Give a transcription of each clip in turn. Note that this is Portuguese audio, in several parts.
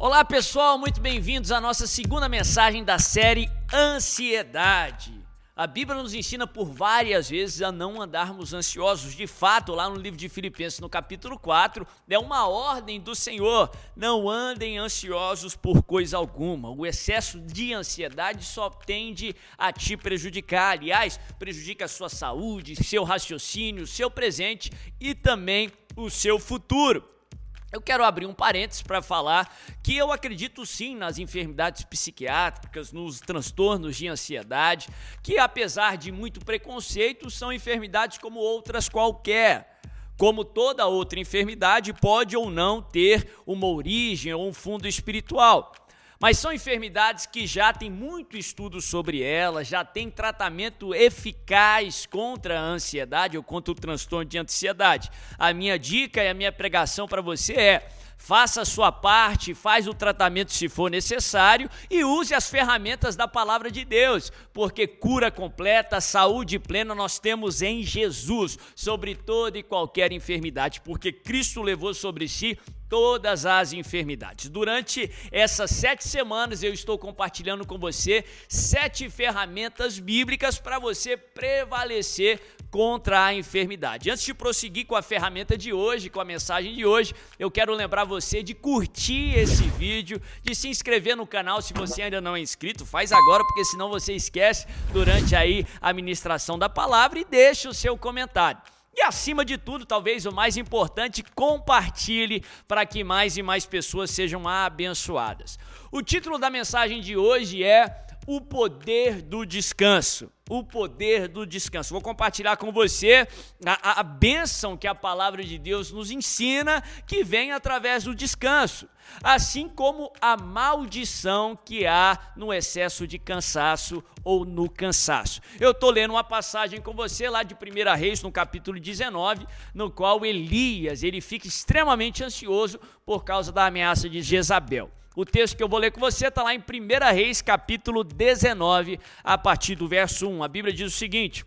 Olá pessoal, muito bem-vindos à nossa segunda mensagem da série Ansiedade. A Bíblia nos ensina por várias vezes a não andarmos ansiosos. De fato, lá no livro de Filipenses, no capítulo 4, é uma ordem do Senhor: não andem ansiosos por coisa alguma. O excesso de ansiedade só tende a te prejudicar. Aliás, prejudica a sua saúde, seu raciocínio, seu presente e também o seu futuro. Eu quero abrir um parênteses para falar que eu acredito sim nas enfermidades psiquiátricas, nos transtornos de ansiedade, que apesar de muito preconceito, são enfermidades como outras qualquer. Como toda outra enfermidade, pode ou não ter uma origem ou um fundo espiritual. Mas são enfermidades que já tem muito estudo sobre elas, já tem tratamento eficaz contra a ansiedade ou contra o transtorno de ansiedade. A minha dica e a minha pregação para você é: faça a sua parte, faz o tratamento se for necessário e use as ferramentas da palavra de Deus, porque cura completa, saúde plena nós temos em Jesus, sobre toda e qualquer enfermidade, porque Cristo levou sobre si todas as enfermidades. Durante essas 7 semanas eu estou compartilhando com você 7 ferramentas bíblicas para você prevalecer contra a enfermidade. Antes de prosseguir com a ferramenta de hoje, com a mensagem de hoje, eu quero lembrar você de curtir esse vídeo, de se inscrever no canal se você ainda não é inscrito, faz agora, porque senão você esquece durante aí a ministração da palavra, e deixa o seu comentário. E acima de tudo, talvez o mais importante, compartilhe para que mais e mais pessoas sejam abençoadas. O título da mensagem de hoje é O Poder do Descanso. O poder do descanso. Vou compartilhar com você a bênção que a palavra de Deus nos ensina, que vem através do descanso, assim como a maldição que há no excesso de cansaço ou no cansaço. Eu estou lendo uma passagem com você lá de 1 Reis, no capítulo 19, no qual Elias ele fica extremamente ansioso por causa da ameaça de Jezabel. O texto que eu vou ler com você está lá em 1 Reis, capítulo 19, a partir do verso 1. A Bíblia diz o seguinte: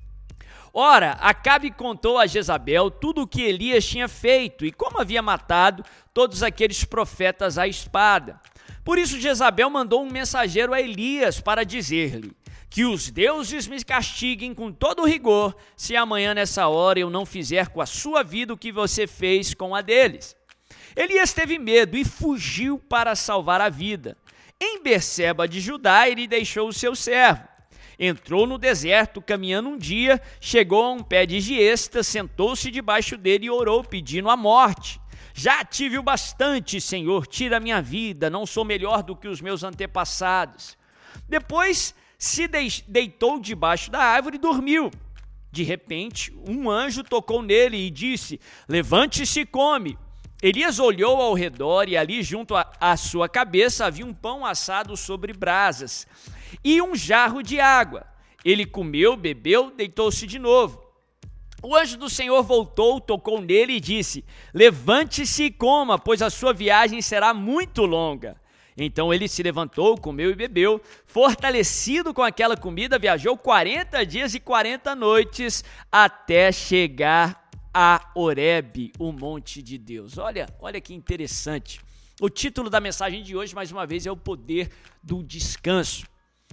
Ora, Acabe contou a Jezabel tudo o que Elias tinha feito e como havia matado todos aqueles profetas à espada. Por isso Jezabel mandou um mensageiro a Elias para dizer-lhe: que os deuses me castiguem com todo rigor, se amanhã nessa hora eu não fizer com a sua vida o que você fez com a deles. Elias teve medo e fugiu para salvar a vida. Em Berseba de Judá, ele deixou o seu servo. Entrou no deserto, caminhando um dia, chegou a um pé de giesta, sentou-se debaixo dele e orou, pedindo a morte. Já tive o bastante, Senhor, tira a minha vida, não sou melhor do que os meus antepassados. Depois se deitou debaixo da árvore e dormiu. De repente, um anjo tocou nele e disse: levante-se e come. Elias olhou ao redor e ali junto à sua cabeça havia um pão assado sobre brasas e um jarro de água. Ele comeu, bebeu, deitou-se de novo. O anjo do Senhor voltou, tocou nele e disse: levante-se e coma, pois a sua viagem será muito longa. Então ele se levantou, comeu e bebeu. Fortalecido com aquela comida, viajou 40 dias e 40 noites até chegar a Horebe, o monte de Deus. Olha que interessante. O título da mensagem de hoje, mais uma vez, é o poder do descanso.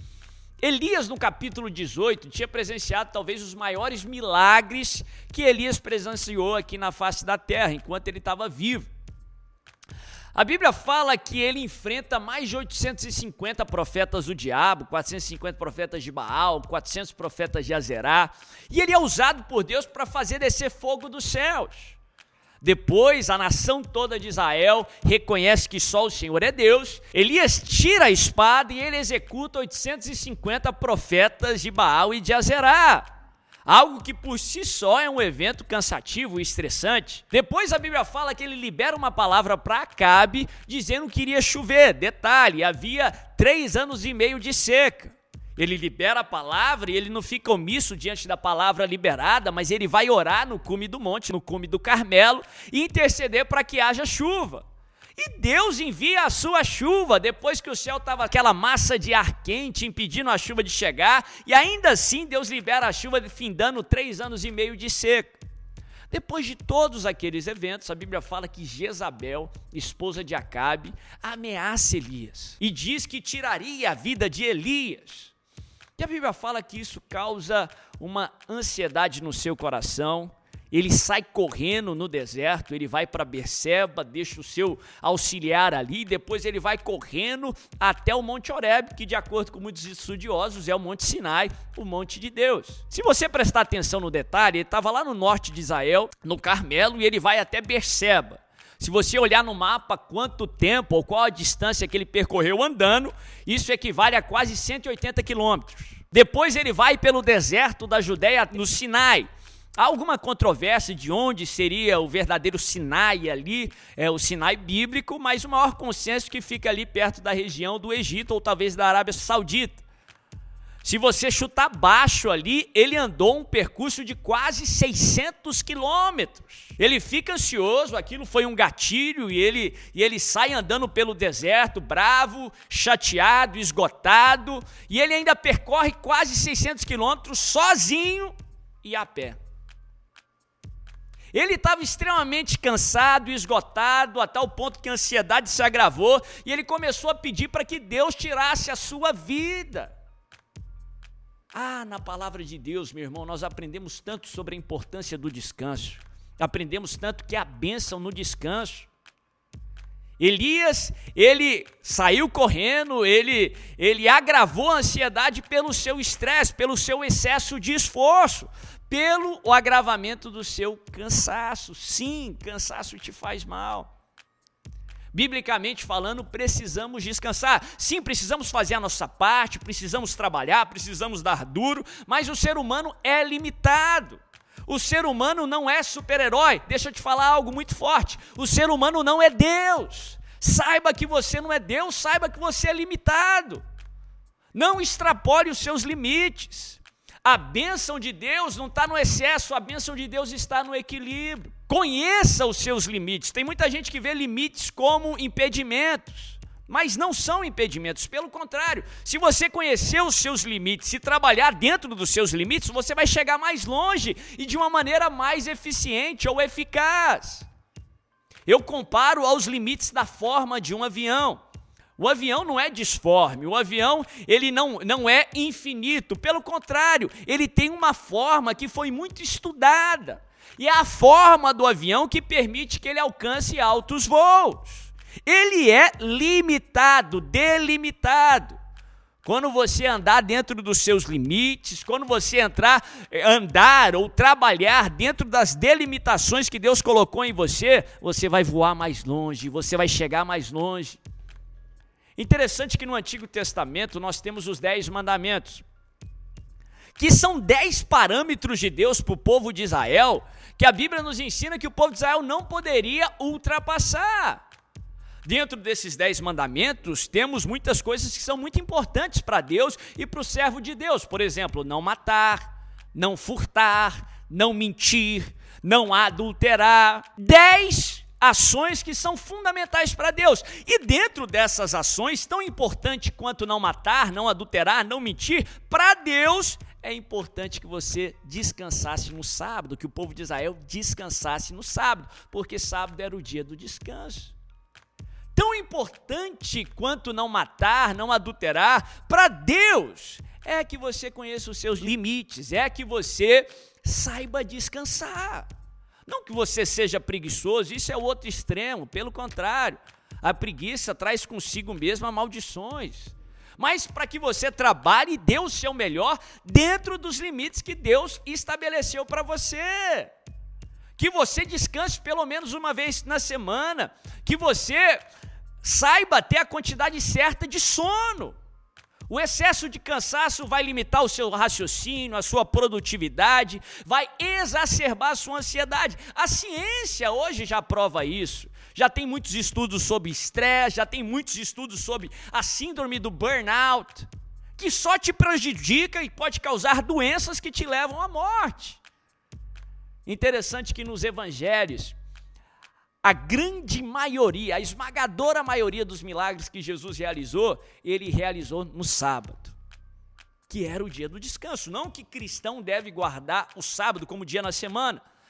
Elias, no capítulo 18, tinha presenciado talvez os maiores milagres que Elias presenciou aqui na face da terra, enquanto ele estava vivo. A Bíblia fala que ele enfrenta mais de 850 profetas do diabo, 450 profetas de Baal, 400 profetas de Azerá, e ele é usado por Deus para fazer descer fogo dos céus. Depois, a nação toda de Israel reconhece que só o Senhor é Deus. Elias tira a espada e ele executa 850 profetas de Baal e de Azerá. Algo que por si só é um evento cansativo e estressante. Depois a Bíblia fala que ele libera uma palavra para Acabe, dizendo que iria chover. Detalhe, havia 3 anos e meio de seca. Ele libera a palavra e ele não fica omisso diante da palavra liberada, mas ele vai orar no cume do monte, no cume do Carmelo, e interceder para que haja chuva. E Deus envia a sua chuva, depois que o céu estava aquela massa de ar quente, impedindo a chuva de chegar, e ainda assim Deus libera a chuva, findando 3 anos e meio de seca. Depois de todos aqueles eventos, a Bíblia fala que Jezabel, esposa de Acabe, ameaça Elias e diz que tiraria a vida de Elias. E a Bíblia fala que isso causa uma ansiedade no seu coração. Ele sai correndo no deserto, ele vai para Berseba, deixa o seu auxiliar ali, depois ele vai correndo até o Monte Horebe, que de acordo com muitos estudiosos é o Monte Sinai, o Monte de Deus. Se você prestar atenção no detalhe, ele estava lá no norte de Israel, no Carmelo, e ele vai até Berseba. Se você olhar no mapa quanto tempo ou qual a distância que ele percorreu andando, isso equivale a quase 180 quilômetros. Depois ele vai pelo deserto da Judéia, no Sinai. Há alguma controvérsia de onde seria o verdadeiro Sinai ali, o Sinai bíblico, mas o maior consenso que fica ali perto da região do Egito ou talvez da Arábia Saudita. Se você chutar baixo ali, ele andou um percurso de quase 600 quilômetros. Ele fica ansioso, aquilo foi um gatilho e ele sai andando pelo deserto, bravo, chateado, esgotado, e ele ainda percorre quase 600 quilômetros sozinho e a pé. Ele estava extremamente cansado e esgotado, a tal ponto que a ansiedade se agravou, e ele começou a pedir para que Deus tirasse a sua vida. Na palavra de Deus, meu irmão, nós aprendemos tanto sobre a importância do descanso, aprendemos tanto que há bênção no descanso. Elias, ele saiu correndo, ele agravou a ansiedade pelo seu estresse, pelo seu excesso de esforço, pelo o agravamento do seu cansaço. Sim, cansaço te faz mal. Biblicamente falando, precisamos descansar. Sim, precisamos fazer a nossa parte, precisamos trabalhar, precisamos dar duro, mas o ser humano é limitado. O ser humano não é super-herói. Deixa eu te falar algo muito forte. O ser humano não é Deus. Saiba que você não é Deus, saiba que você é limitado. Não extrapole os seus limites. A bênção de Deus não está no excesso, a bênção de Deus está no equilíbrio. Conheça os seus limites. Tem muita gente que vê limites como impedimentos, mas não são impedimentos, pelo contrário. Se você conhecer os seus limites e trabalhar dentro dos seus limites, você vai chegar mais longe e de uma maneira mais eficiente ou eficaz. Eu comparo aos limites da forma de um avião. O avião não é disforme, o avião ele não é infinito, pelo contrário, ele tem uma forma que foi muito estudada, e é a forma do avião que permite que ele alcance altos voos. Ele é limitado, delimitado. Quando você andar dentro dos seus limites, quando você andar ou trabalhar dentro das delimitações que Deus colocou em você, você vai voar mais longe, você vai chegar mais longe. Interessante que no Antigo Testamento nós temos os 10 mandamentos, que são 10 parâmetros de Deus para o povo de Israel, que a Bíblia nos ensina que o povo de Israel não poderia ultrapassar. Dentro desses 10 mandamentos, temos muitas coisas que são muito importantes para Deus e para o servo de Deus. Por exemplo, não matar, não furtar, não mentir, não adulterar. 10 ações que são fundamentais para Deus. E dentro dessas ações, tão importante quanto não matar, não adulterar, não mentir, para Deus é importante que você descansasse no sábado, que o povo de Israel descansasse no sábado, porque sábado era o dia do descanso. Tão importante quanto não matar, não adulterar, para Deus é que você conheça os seus limites, é que você saiba descansar. Não que você seja preguiçoso, isso é o outro extremo, pelo contrário, a preguiça traz consigo mesmo maldições, mas para que você trabalhe e dê o seu melhor dentro dos limites que Deus estabeleceu para você, que você descanse pelo menos uma vez na semana, que você saiba ter a quantidade certa de sono. O excesso de cansaço vai limitar o seu raciocínio, a sua produtividade, vai exacerbar a sua ansiedade. A ciência hoje já prova isso. Já tem muitos estudos sobre estresse, já tem muitos estudos sobre a síndrome do burnout, que só te prejudica e pode causar doenças que te levam à morte. Interessante que nos evangelhos, a grande maioria, a esmagadora maioria dos milagres que Jesus realizou, ele realizou no sábado, que era o dia do descanso. Não que cristão deve guardar o sábado como dia na semana,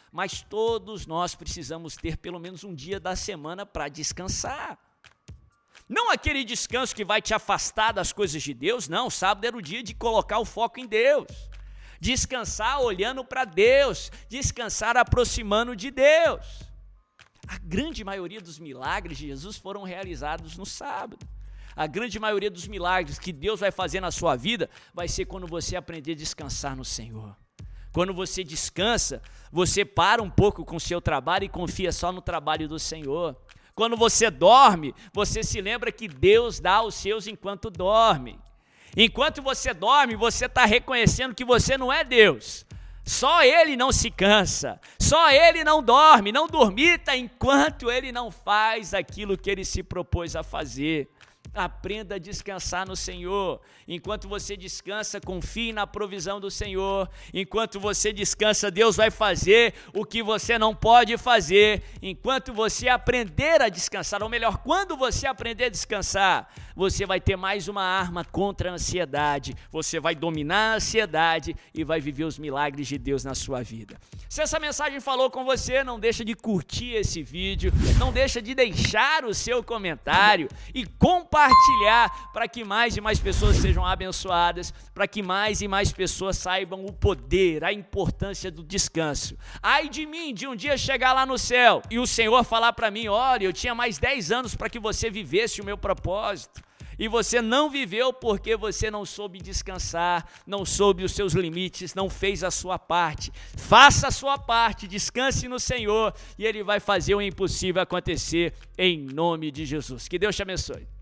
mas todos nós precisamos ter pelo menos um dia da semana para descansar. Não aquele descanso que vai te afastar das coisas de Deus, não. Sábado era o dia de colocar o foco em Deus. Descansar olhando para Deus, descansar aproximando de Deus. A grande maioria dos milagres de Jesus foram realizados no sábado. A grande maioria dos milagres que Deus vai fazer na sua vida vai ser quando você aprender a descansar no Senhor. Quando você descansa, você para um pouco com o seu trabalho e confia só no trabalho do Senhor. Quando você dorme, você se lembra que Deus dá os seus enquanto dorme. Enquanto você dorme, você está reconhecendo que você não é Deus. Só Ele não se cansa, só Ele não dorme, não dormita enquanto Ele não faz aquilo que Ele se propôs a fazer. Aprenda a descansar no Senhor. Enquanto você descansa, confie na provisão do Senhor. Enquanto você descansa, Deus vai fazer o que você não pode fazer. Enquanto você aprender a descansar, ou melhor, quando você aprender a descansar, você vai ter mais uma arma contra a ansiedade. Você vai dominar a ansiedade e vai viver os milagres de Deus na sua vida. Se essa mensagem falou com você, não deixa de curtir esse vídeo, não deixa de deixar o seu comentário e compartilhar para que mais e mais pessoas sejam abençoadas, para que mais e mais pessoas saibam o poder, a importância do descanso. Ai de mim, de um dia chegar lá no céu e o Senhor falar para mim, olha, eu tinha mais 10 anos para que você vivesse o meu propósito. E você não viveu porque você não soube descansar, não soube os seus limites, não fez a sua parte. Faça a sua parte, descanse no Senhor e Ele vai fazer o impossível acontecer em nome de Jesus. Que Deus te abençoe.